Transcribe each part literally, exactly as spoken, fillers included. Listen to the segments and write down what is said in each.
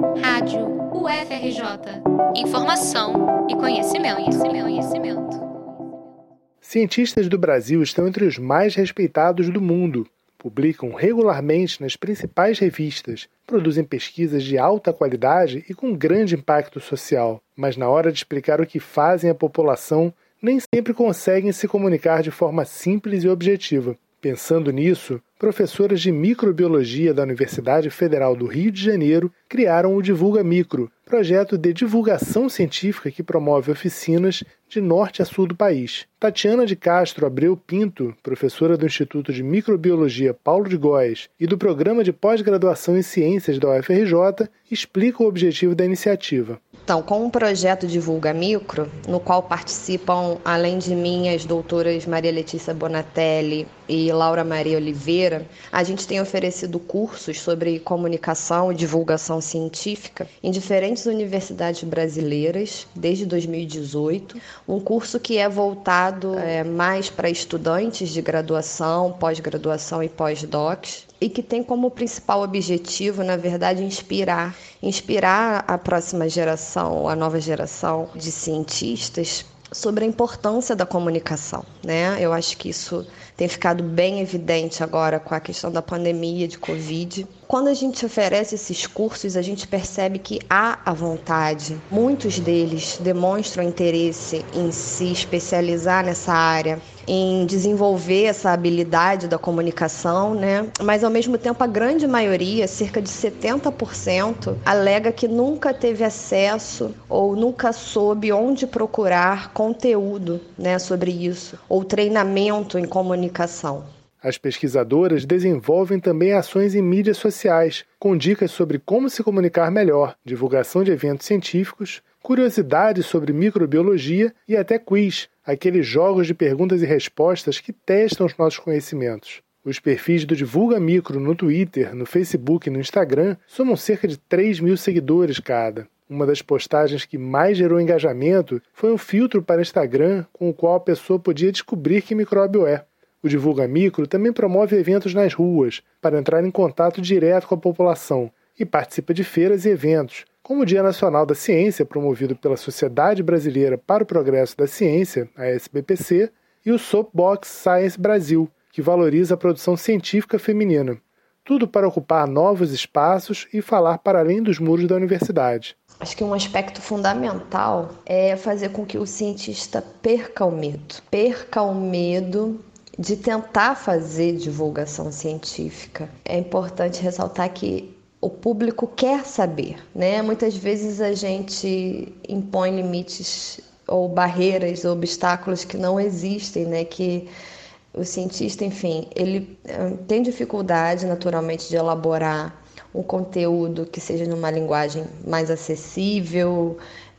Rádio U F R J. Informação e conhecimento, conhecimento, conhecimento. Cientistas do Brasil estão entre os mais respeitados do mundo. Publicam regularmente nas principais revistas, produzem pesquisas de alta qualidade e com grande impacto social. Mas na hora de explicar o que fazem à população, nem sempre conseguem se comunicar de forma simples e objetiva. Pensando nisso, professoras de microbiologia da Universidade Federal do Rio de Janeiro criaram o Divulga Micro, projeto de divulgação científica que promove oficinas de norte a sul do país. Tatiana de Castro Abreu Pinto, professora do Instituto de Microbiologia Paulo de Góes e do Programa de Pós-Graduação em Ciências da U F R J, explica o objetivo da iniciativa. Então, com o projeto Divulga Micro, no qual participam, além de mim, as doutoras Maria Letícia Bonatelli e Laura Maria Oliveira, a gente tem oferecido cursos sobre comunicação e divulgação científica em diferentes universidades brasileiras, desde dois mil e dezoito. Um curso que é voltado é, mais para estudantes de graduação, pós-graduação e pós-docs, e que tem como principal objetivo, na verdade, inspirar, inspirar a próxima geração, a nova geração de cientistas sobre a importância da comunicação, né? Eu acho que isso tem ficado bem evidente agora com a questão da pandemia de Covid. Quando a gente oferece esses cursos, a gente percebe que há a vontade. Muitos deles demonstram interesse em se especializar nessa área, em desenvolver essa habilidade da comunicação, né? Mas, ao mesmo tempo, a grande maioria, cerca de setenta por cento, alega que nunca teve acesso ou nunca soube onde procurar conteúdo, né, sobre isso, ou treinamento em comunicação. As pesquisadoras desenvolvem também ações em mídias sociais, com dicas sobre como se comunicar melhor, divulgação de eventos científicos, curiosidades sobre microbiologia e até quiz, aqueles jogos de perguntas e respostas que testam os nossos conhecimentos. Os perfis do Divulga Micro no Twitter, no Facebook e no Instagram somam cerca de três mil seguidores cada. Uma das postagens que mais gerou engajamento foi um filtro para Instagram com o qual a pessoa podia descobrir que micróbio é. O Divulga Micro também promove eventos nas ruas, para entrar em contato direto com a população, e participa de feiras e eventos, como o Dia Nacional da Ciência, promovido pela Sociedade Brasileira para o Progresso da Ciência, a S B P C, e o Soapbox Science Brasil, que valoriza a produção científica feminina. Tudo para ocupar novos espaços e falar para além dos muros da universidade. Acho que um aspecto fundamental é fazer com que o cientista perca o medo. Perca o medo de tentar fazer divulgação científica. É importante ressaltar que o público quer saber, né? Muitas vezes a gente impõe limites ou barreiras, ou obstáculos que não existem, né? Que o cientista, enfim, ele tem dificuldade naturalmente de elaborar um conteúdo que seja numa linguagem mais acessível,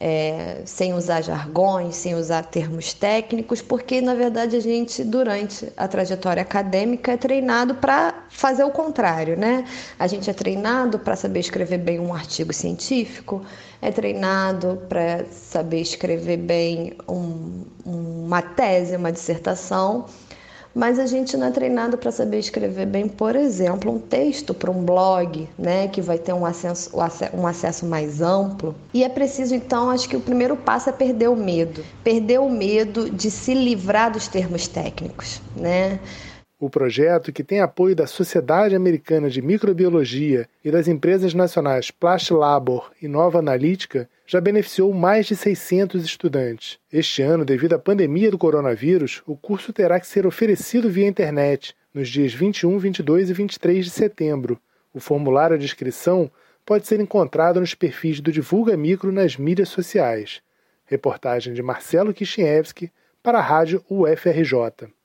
é, sem usar jargões, sem usar termos técnicos, porque, na verdade, a gente, durante a trajetória acadêmica, é treinado para fazer o contrário, né? A gente é treinado para saber escrever bem um artigo científico, é treinado para saber escrever bem um, uma tese, uma dissertação, mas a gente não é treinado para saber escrever bem, por exemplo, um texto para um blog, né, que vai ter um acesso, um acesso mais amplo. E é preciso, então, acho que o primeiro passo é perder o medo. Perder o medo de se livrar dos termos técnicos, né? O projeto, que tem apoio da Sociedade Americana de Microbiologia e das empresas nacionais Plastlabor e Nova Analítica, já beneficiou mais de seiscentos estudantes. Este ano, devido à pandemia do coronavírus, o curso terá que ser oferecido via internet, nos dias vinte e um, vinte e dois e vinte e três de setembro. O formulário de inscrição pode ser encontrado nos perfis do Divulga Micro nas mídias sociais. Reportagem de Marcelo Kishinevski para a Rádio U F R J.